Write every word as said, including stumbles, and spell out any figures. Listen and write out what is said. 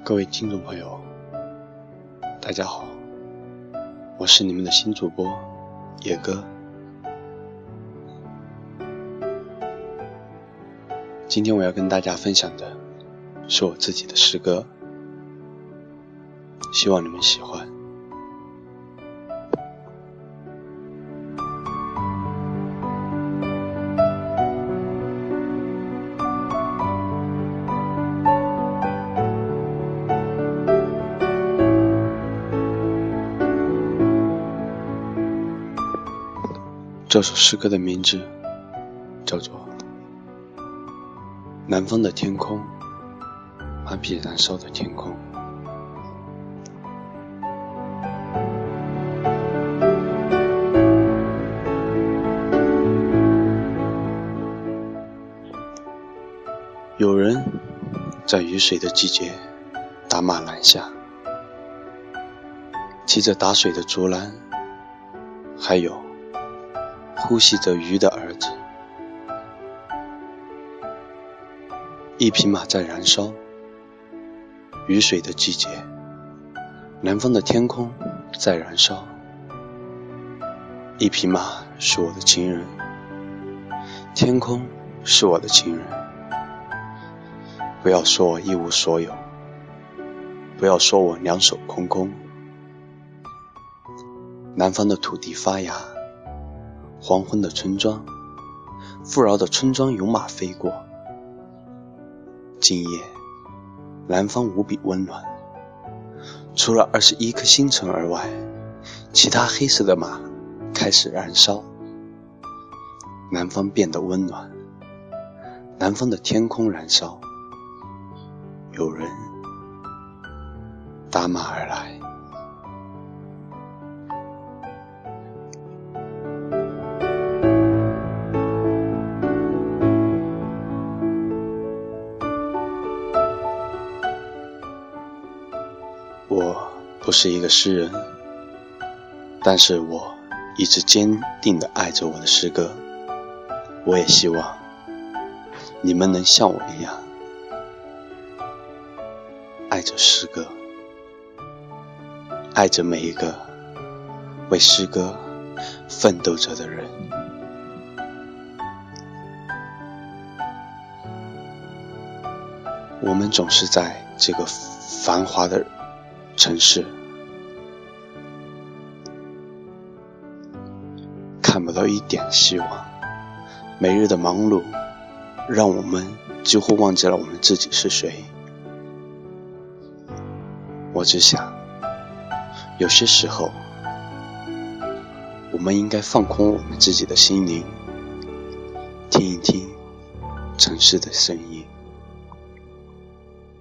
各位听众朋友，大家好，我是你们的新主播野哥。今天我要跟大家分享的是我自己的诗歌，希望你们喜欢。这首诗歌的名字叫做南方的天空，麻痹燃烧的天空。有人在雨水的季节打马南下，骑着打水的竹篮，还有呼吸着鱼的儿子。一匹马在燃烧，雨水的季节，南方的天空在燃烧。一匹马是我的情人，天空是我的情人。不要说我一无所有，不要说我两手空空。南方的土地发芽，黄昏的村庄，富饶的村庄有马飞过。今夜南方无比温暖，除了二十一颗星辰而外，其他黑色的马开始燃烧。南方变得温暖，南方的天空燃烧，有人打马而来。我不是一个诗人，但是我一直坚定地爱着我的诗歌。我也希望你们能像我一样爱着诗歌，爱着每一个为诗歌奋斗着的人。我们总是在这个繁华的城市看不到一点希望，每日的忙碌让我们几乎忘记了我们自己是谁。我只想有些时候我们应该放空我们自己的心灵，听一听城市的声音。